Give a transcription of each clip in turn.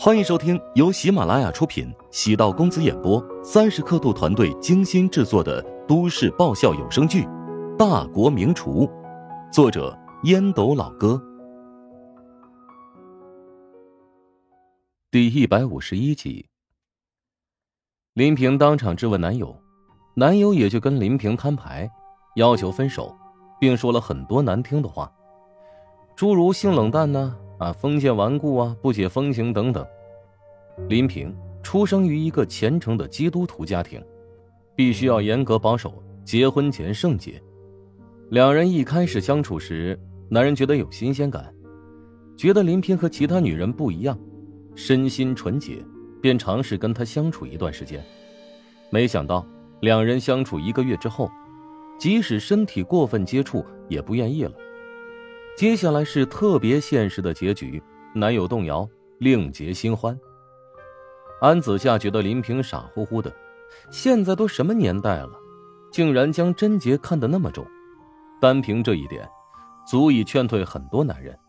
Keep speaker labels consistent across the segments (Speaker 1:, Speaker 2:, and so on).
Speaker 1: 欢迎收听由喜马拉雅出品，喜道公子演播，30刻度团队精心制作的都市爆笑有声剧《大国名厨》，作者烟斗老哥。第151集。林平当场质问男友，男友也就跟林平摊牌，要求分手，并说了很多难听的话，诸如性冷淡封建顽固不解风情等等。林平出生于一个虔诚的基督徒家庭，必须要严格保守结婚前圣洁。两人一开始相处时，男人觉得有新鲜感，觉得林平和其他女人不一样，身心纯洁，便尝试跟她相处一段时间。没想到两人相处1个月之后，即使身体过分接触也不愿意了。接下来是特别现实的结局，男友动摇，另结新欢。安子夏觉得林平傻乎乎的，现在都什么年代了，竟然将贞洁看得那么重，单凭这一点足以劝退很多男人。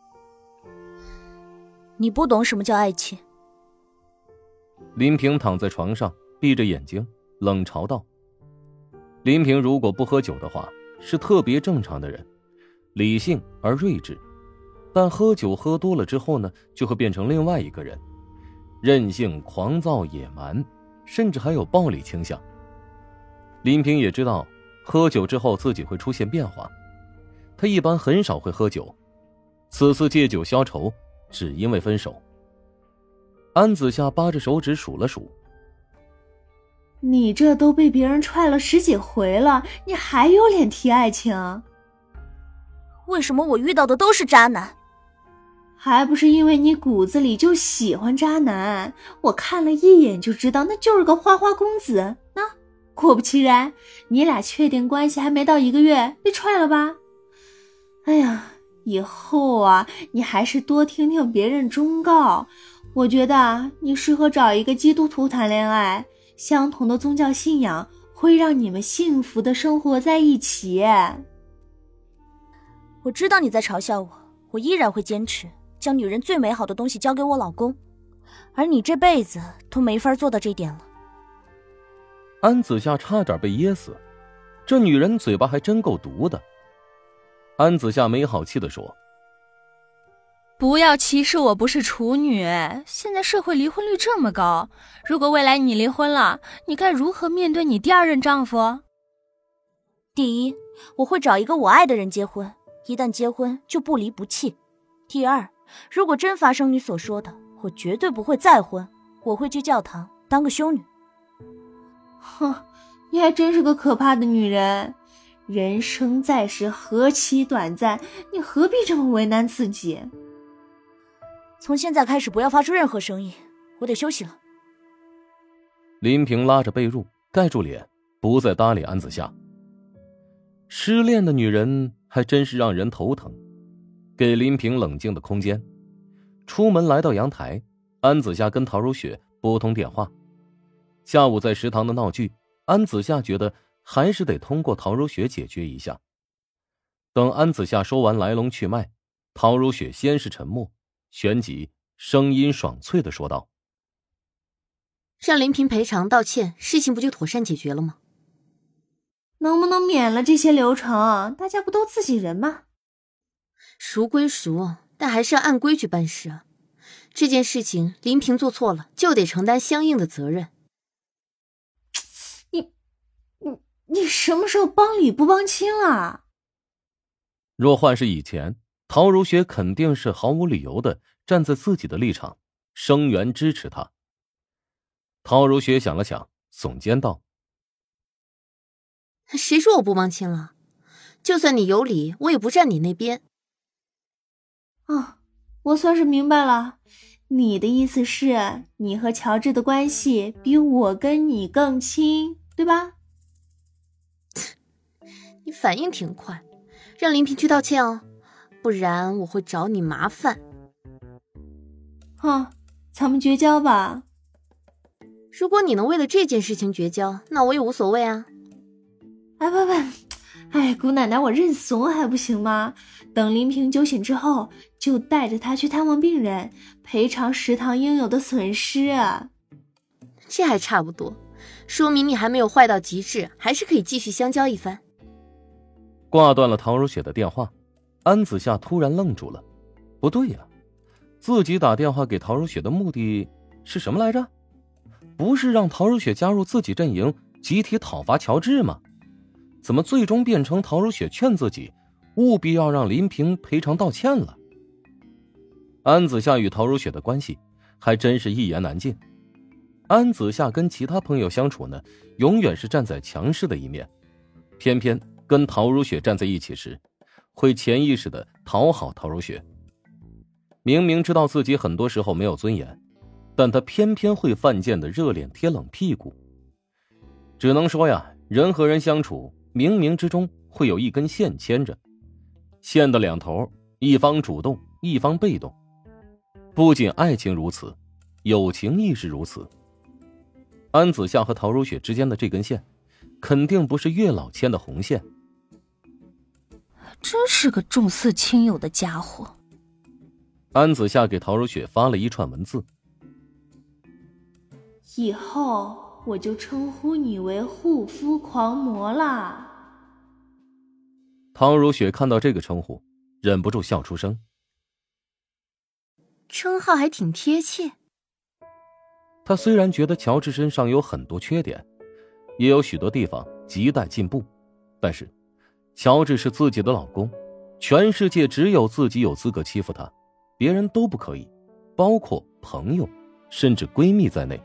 Speaker 2: 你不懂什么叫爱情。
Speaker 1: 林平躺在床上闭着眼睛冷嘲道。林平如果不喝酒的话，是特别正常的人，理性而睿智，但喝酒喝多了之后呢，就会变成另外一个人，任性、狂躁、野蛮，甚至还有暴力倾向。林平也知道喝酒之后自己会出现变化，他一般很少会喝酒，此次借酒消愁只因为分手。安子夏扒着手指数了数，
Speaker 3: 你这都被别人踹了10几回了，你还有脸提爱情？
Speaker 2: 为什么我遇到的都是渣男？
Speaker 3: 还不是因为你骨子里就喜欢渣男，我看了一眼就知道那就是个花花公子。果不其然，你俩确定关系还没到1个月被踹了吧？哎呀，以后你还是多听听别人忠告。我觉得你适合找一个基督徒谈恋爱，相同的宗教信仰会让你们幸福的生活在一起。
Speaker 2: 我知道你在嘲笑我，我依然会坚持将女人最美好的东西交给我老公，而你这辈子都没法做到这点了。
Speaker 1: 安子夏差点被噎死，这女人嘴巴还真够毒的。安子夏没好气地说，
Speaker 4: 不要歧视我不是处女，现在社会离婚率这么高，如果未来你离婚了，你该如何面对你第2任丈夫？
Speaker 2: 第一，我会找一个我爱的人结婚，一旦结婚就不离不弃。第2，如果真发生你所说的，我绝对不会再婚，我会去教堂当个修女。
Speaker 3: 哼，你还真是个可怕的女人。人生在世何其短暂，你何必这么为难自己？
Speaker 2: 从现在开始不要发出任何声音，我得休息了。
Speaker 1: 林平拉着被褥盖住脸，不再搭理安子夏。失恋的女人还真是让人头疼。给林平冷静的空间，出门来到阳台，安子夏跟陶如雪拨通电话。下午在食堂的闹剧，安子夏觉得还是得通过陶如雪解决一下。等安子夏说完来龙去脉，陶如雪先是沉默，旋即声音爽脆地说道，
Speaker 5: 让林平赔偿道歉，事情不就妥善解决了吗？
Speaker 3: 能不能免了这些流程？大家不都自己人吗？
Speaker 5: 熟归熟，但还是要按规矩办事啊。这件事情林平做错了，就得承担相应的责任。
Speaker 3: 你什么时候帮理不帮亲了？
Speaker 1: 若换是以前，陶如雪肯定是毫无理由的站在自己的立场，声援支持他。陶如雪想了想，耸肩道，
Speaker 5: 谁说我不帮亲了？就算你有理，我也不站你那边。
Speaker 3: 我算是明白了，你的意思是你和乔治的关系比我跟你更亲，对吧？
Speaker 5: 你反应挺快，让林平去道歉哦，不然我会找你麻烦。
Speaker 3: 咱们绝交吧。
Speaker 5: 如果你能为了这件事情绝交，那我也无所谓啊。
Speaker 3: 不， 哎，姑奶奶，我认怂还不行吗？等林平酒醒之后，就带着他去探望病人，赔偿食堂应有的损失啊。
Speaker 5: 这还差不多，说明你还没有坏到极致，还是可以继续相交一番。
Speaker 1: 挂断了陶如雪的电话，安子夏突然愣住了。不对呀，自己打电话给陶如雪的目的是什么来着？不是让陶如雪加入自己阵营，集体讨伐乔治吗？怎么最终变成陶如雪劝自己务必要让林平赔偿道歉了？安子夏与陶如雪的关系还真是一言难尽。安子夏跟其他朋友相处呢，永远是站在强势的一面，偏偏跟陶如雪站在一起时，会潜意识地讨好陶如雪。明明知道自己很多时候没有尊严，但他偏偏会犯贱的热脸贴冷屁股。只能说呀，人和人相处，冥冥之中会有一根线牵着，线的两头，一方主动，一方被动。不仅爱情如此，友情亦是如此。安子夏和陶如雪之间的这根线，肯定不是月老牵的红线。
Speaker 4: 真是个重色轻友的家伙。
Speaker 1: 安子夏给陶如雪发了一串文字：
Speaker 3: 以后我就称呼你为护肤狂魔啦。
Speaker 1: 陶如雪看到这个称呼，忍不住笑出声。
Speaker 5: 称号还挺贴切。
Speaker 1: 他虽然觉得乔治身上有很多缺点，也有许多地方亟待进步，但是乔治是自己的老公，全世界只有自己有资格欺负他，别人都不可以，包括朋友甚至闺蜜在内。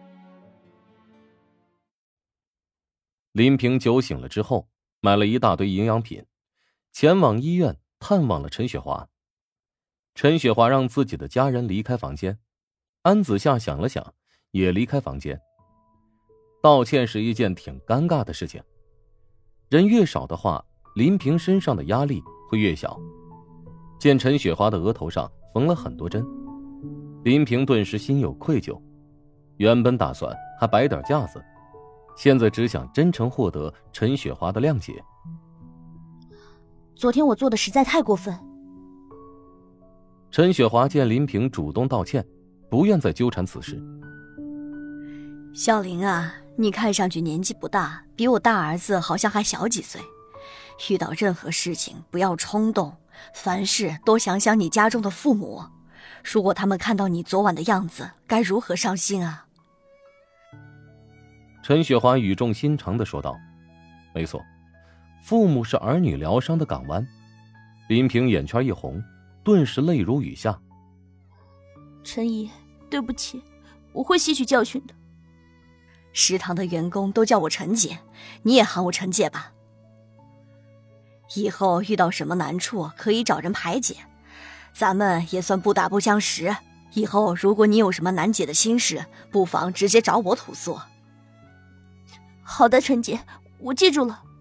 Speaker 1: 林平酒醒了之后，买了一大堆营养品，前往医院探望了陈雪华。陈雪华让自己的家人离开房间，安子夏想了想，也离开房间。道歉是一件挺尴尬的事情，人越少的话，林平身上的压力会越小。见陈雪华的额头上缝了很多针，林平顿时心有愧疚，原本打算还摆点架子，现在只想真诚获得陈雪华的谅解。
Speaker 2: 昨天我做的实在太过分。
Speaker 1: 陈雪华见林平主动道歉，不愿再纠缠此事。
Speaker 6: 小林啊，你看上去年纪不大，比我大儿子好像还小几岁。遇到任何事情不要冲动，凡事多想想你家中的父母，如果他们看到你昨晚的样子，该如何伤心啊？
Speaker 1: 陈雪华语重心长地说道：没错，父母是儿女疗伤的港湾。林平眼圈一红，顿时泪如雨下。
Speaker 2: 陈姨，对不起，我会吸取教训的。
Speaker 6: 食堂的员工都叫我陈姐，你也喊我陈姐吧。以后遇到什么难处可以找人排解，咱们也算不打不相识。以后如果你有什么难解的心事，不妨直接找我吐诉。
Speaker 2: 好的，陈姐，我记住了。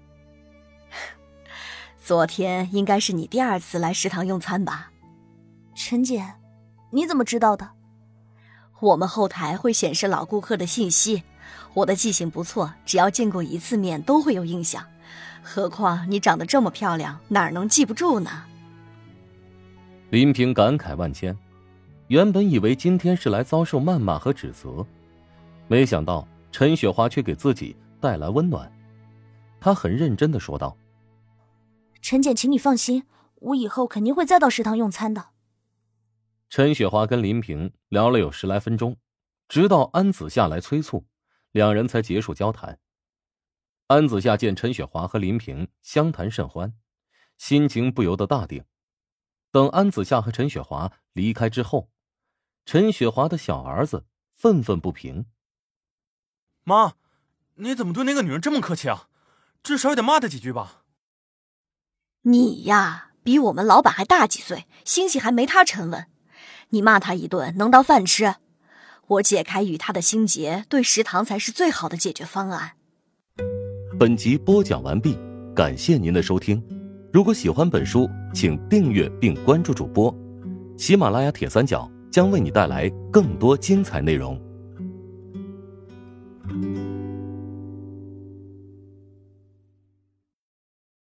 Speaker 6: 昨天应该是你第2次来食堂用餐吧？
Speaker 2: 陈姐，你怎么知道的？
Speaker 6: 我们后台会显示老顾客的信息，我的记性不错，只要见过1次面都会有印象。何况你长得这么漂亮，哪能记不住呢？
Speaker 1: 林平感慨万千，原本以为今天是来遭受谩骂和指责，没想到陈雪华却给自己带来温暖。他很认真地说道：
Speaker 2: 陈姐，请你放心，我以后肯定会再到食堂用餐的。
Speaker 1: 陈雪华跟林平聊了有10来分钟，直到安子夏来催促，两人才结束交谈。安子夏见陈雪华和林平相谈甚欢，心情不由得大定。等安子夏和陈雪华离开之后，陈雪华的小儿子愤愤不平：
Speaker 7: 妈，你怎么对那个女人这么客气啊？至少也得骂她几句吧。
Speaker 6: 你呀，比我们老板还大几岁，心性还没他沉稳。你骂他一顿能当饭吃？我解开与他的心结，对食堂才是最好的解决方案。
Speaker 1: 本集播讲完毕，感谢您的收听。如果喜欢本书，请订阅并关注主播。喜马拉雅铁三角将为你带来更多精彩内容。